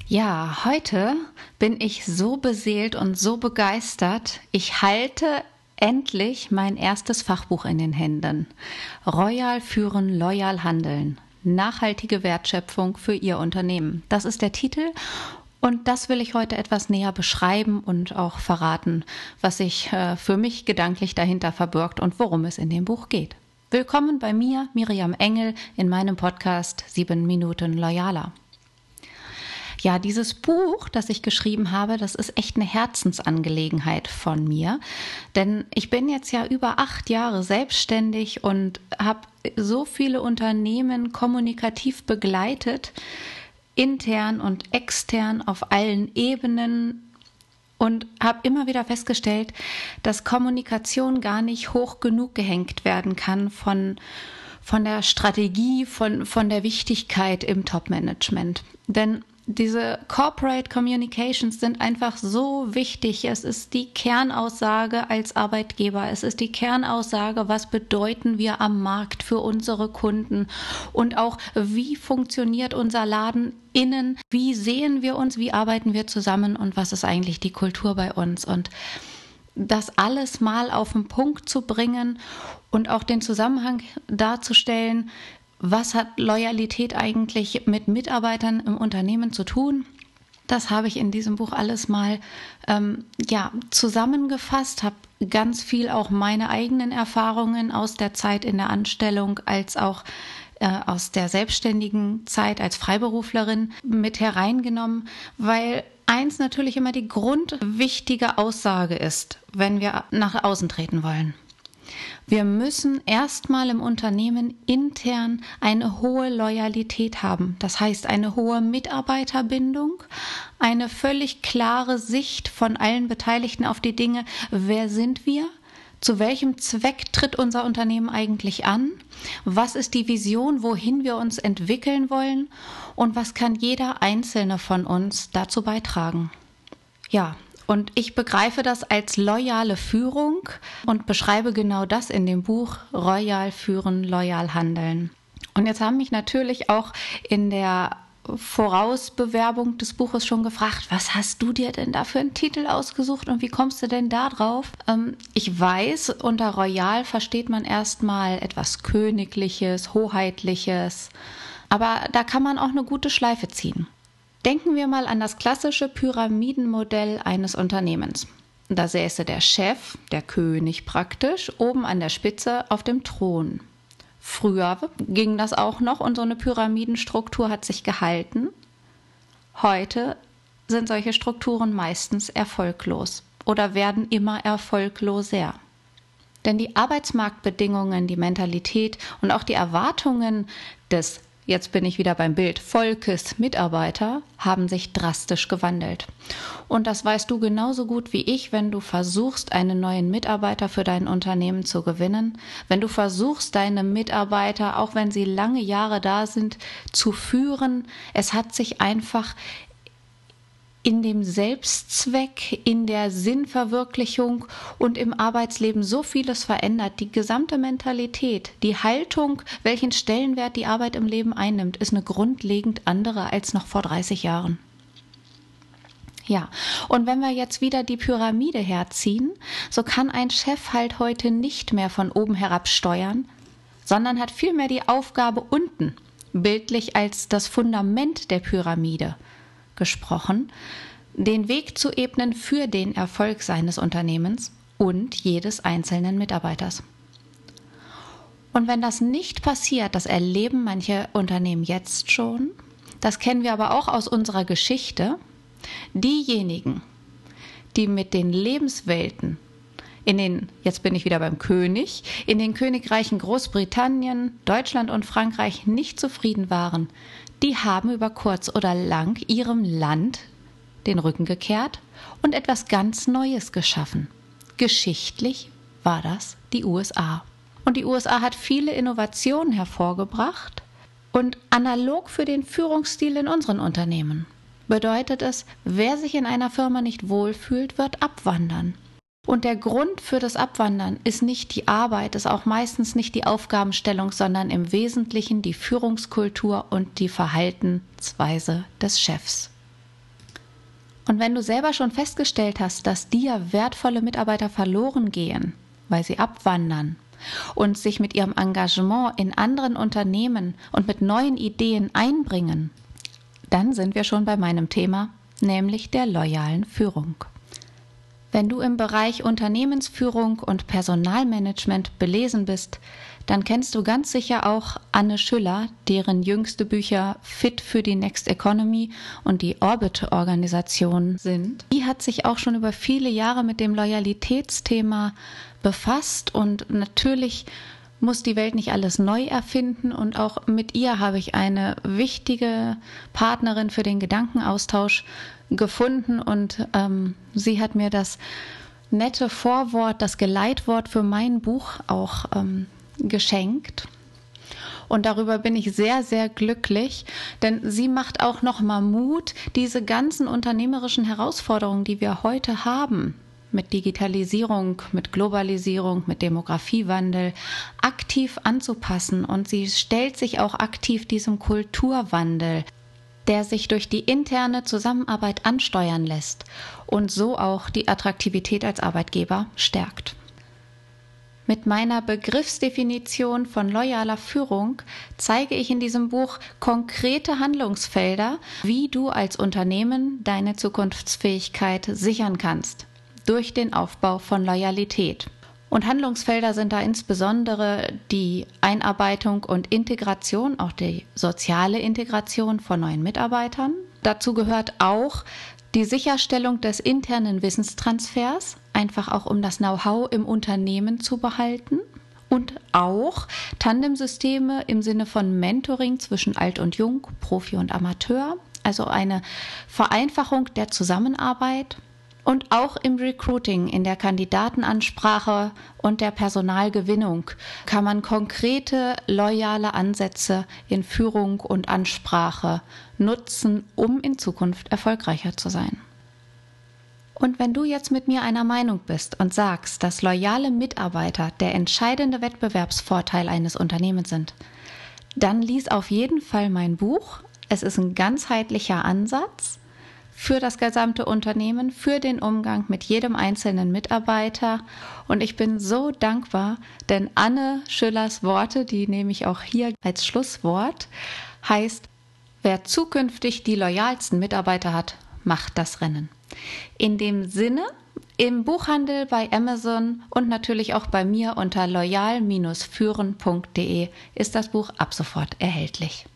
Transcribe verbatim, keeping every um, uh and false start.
Ja, heute bin ich so beseelt und so begeistert. Ich halte endlich mein erstes Fachbuch in den Händen. Royal führen, loyal handeln. Nachhaltige Wertschöpfung für Ihr Unternehmen. Das ist der Titel und das will ich heute etwas näher beschreiben und auch verraten, was sich äh, für mich gedanklich dahinter verbirgt und worum es in dem Buch geht. Willkommen bei mir, Miriam Engel, in meinem Podcast sieben Minuten Loyaler. Ja, dieses Buch, das ich geschrieben habe, das ist echt eine Herzensangelegenheit von mir, denn ich bin jetzt ja über acht Jahre selbstständig und habe so viele Unternehmen kommunikativ begleitet, intern und extern auf allen Ebenen und habe immer wieder festgestellt, dass Kommunikation gar nicht hoch genug gehängt werden kann von von der Strategie, von von der Wichtigkeit im Top-Management, denn diese Corporate Communications sind einfach so wichtig. Es ist die Kernaussage als Arbeitgeber. Es ist die Kernaussage, was bedeuten wir am Markt für unsere Kunden und auch, wie funktioniert unser Laden innen, wie sehen wir uns, wie arbeiten wir zusammen und was ist eigentlich die Kultur bei uns. Und das alles mal auf den Punkt zu bringen und auch den Zusammenhang darzustellen, was hat Loyalität eigentlich mit Mitarbeitern im Unternehmen zu tun? Das habe ich in diesem Buch alles mal ähm, ja, zusammengefasst, habe ganz viel auch meine eigenen Erfahrungen aus der Zeit in der Anstellung als auch äh, aus der selbstständigen Zeit als Freiberuflerin mit hereingenommen, weil eins natürlich immer die grundwichtige Aussage ist, wenn wir nach außen treten wollen. Wir müssen erstmal im Unternehmen intern eine hohe Loyalität haben. Das heißt, eine hohe Mitarbeiterbindung, eine völlig klare Sicht von allen Beteiligten auf die Dinge. Wer sind wir? Zu welchem Zweck tritt unser Unternehmen eigentlich an? Was ist die Vision, wohin wir uns entwickeln wollen? Und was kann jeder Einzelne von uns dazu beitragen? Ja. Und ich begreife das als loyale Führung und beschreibe genau das in dem Buch Royal führen, loyal handeln. Und jetzt haben mich natürlich auch in der Vorausbewerbung des Buches schon gefragt, was hast du dir denn da für einen Titel ausgesucht und wie kommst du denn da drauf? Ähm, ich weiß, unter Royal versteht man erstmal etwas Königliches, Hoheitliches, aber da kann man auch eine gute Schleife ziehen. Denken wir mal an das klassische Pyramidenmodell eines Unternehmens. Da säße der Chef, der König praktisch, oben an der Spitze auf dem Thron. Früher ging das auch noch und so eine Pyramidenstruktur hat sich gehalten. Heute sind solche Strukturen meistens erfolglos oder werden immer erfolgloser. Denn die Arbeitsmarktbedingungen, die Mentalität und auch die Erwartungen des Jetzt bin ich wieder beim Bild, Volkes Mitarbeiter haben sich drastisch gewandelt. Und das weißt du genauso gut wie ich, wenn du versuchst, einen neuen Mitarbeiter für dein Unternehmen zu gewinnen, wenn du versuchst, deine Mitarbeiter, auch wenn sie lange Jahre da sind, zu führen. Es hat sich einfach in dem Selbstzweck, in der Sinnverwirklichung und im Arbeitsleben so vieles verändert. Die gesamte Mentalität, die Haltung, welchen Stellenwert die Arbeit im Leben einnimmt, ist eine grundlegend andere als noch vor dreißig Jahren. Ja, und wenn wir jetzt wieder die Pyramide herziehen, so kann ein Chef halt heute nicht mehr von oben herab steuern, sondern hat vielmehr die Aufgabe unten, bildlich als das Fundament der Pyramide gesprochen, den Weg zu ebnen für den Erfolg seines Unternehmens und jedes einzelnen Mitarbeiters. Und wenn das nicht passiert, das erleben manche Unternehmen jetzt schon, das kennen wir aber auch aus unserer Geschichte, diejenigen, die mit den Lebenswelten in den, jetzt bin ich wieder beim König, in den Königreichen Großbritannien, Deutschland und Frankreich nicht zufrieden waren, die haben über kurz oder lang ihrem Land den Rücken gekehrt und etwas ganz Neues geschaffen. Geschichtlich war das die U S A. Und die U S A hat viele Innovationen hervorgebracht und analog für den Führungsstil in unseren Unternehmen bedeutet es, wer sich in einer Firma nicht wohlfühlt, wird abwandern. Und der Grund für das Abwandern ist nicht die Arbeit, ist auch meistens nicht die Aufgabenstellung, sondern im Wesentlichen die Führungskultur und die Verhaltensweise des Chefs. Und wenn du selber schon festgestellt hast, dass dir wertvolle Mitarbeiter verloren gehen, weil sie abwandern und sich mit ihrem Engagement in anderen Unternehmen und mit neuen Ideen einbringen, dann sind wir schon bei meinem Thema, nämlich der loyalen Führung. Wenn du im Bereich Unternehmensführung und Personalmanagement belesen bist, dann kennst du ganz sicher auch Anne Schüller, deren jüngste Bücher Fit für die Next Economy und die Orbit-Organisation sind. Die hat sich auch schon über viele Jahre mit dem Loyalitätsthema befasst und natürlich muss die Welt nicht alles neu erfinden und auch mit ihr habe ich eine wichtige Partnerin für den Gedankenaustausch gefunden und ähm, sie hat mir das nette Vorwort, das Geleitwort für mein Buch auch ähm, geschenkt. Und darüber bin ich sehr, sehr glücklich, denn sie macht auch nochmal Mut, diese ganzen unternehmerischen Herausforderungen, die wir heute haben, mit Digitalisierung, mit Globalisierung, mit Demografiewandel, aktiv anzupassen. Und sie stellt sich auch aktiv diesem Kulturwandel, der sich durch die interne Zusammenarbeit ansteuern lässt und so auch die Attraktivität als Arbeitgeber stärkt. Mit meiner Begriffsdefinition von loyaler Führung zeige ich in diesem Buch konkrete Handlungsfelder, wie du als Unternehmen deine Zukunftsfähigkeit sichern kannst, durch den Aufbau von Loyalität. Und Handlungsfelder sind da insbesondere die Einarbeitung und Integration, auch die soziale Integration von neuen Mitarbeitern. Dazu gehört auch die Sicherstellung des internen Wissenstransfers, einfach auch um das Know-how im Unternehmen zu behalten. Und auch Tandemsysteme im Sinne von Mentoring zwischen Alt und Jung, Profi und Amateur, also eine Vereinfachung der Zusammenarbeit. Und auch im Recruiting, in der Kandidatenansprache und der Personalgewinnung kann man konkrete, loyale Ansätze in Führung und Ansprache nutzen, um in Zukunft erfolgreicher zu sein. Und wenn du jetzt mit mir einer Meinung bist und sagst, dass loyale Mitarbeiter der entscheidende Wettbewerbsvorteil eines Unternehmens sind, dann lies auf jeden Fall mein Buch. Es ist ein ganzheitlicher Ansatz für das gesamte Unternehmen, für den Umgang mit jedem einzelnen Mitarbeiter. Und ich bin so dankbar, denn Anne Schüllers Worte, die nehme ich auch hier als Schlusswort, heißt, wer zukünftig die loyalsten Mitarbeiter hat, macht das Rennen. In dem Sinne, im Buchhandel bei Amazon und natürlich auch bei mir unter loyal Bindestrich führen Punkt de ist das Buch ab sofort erhältlich.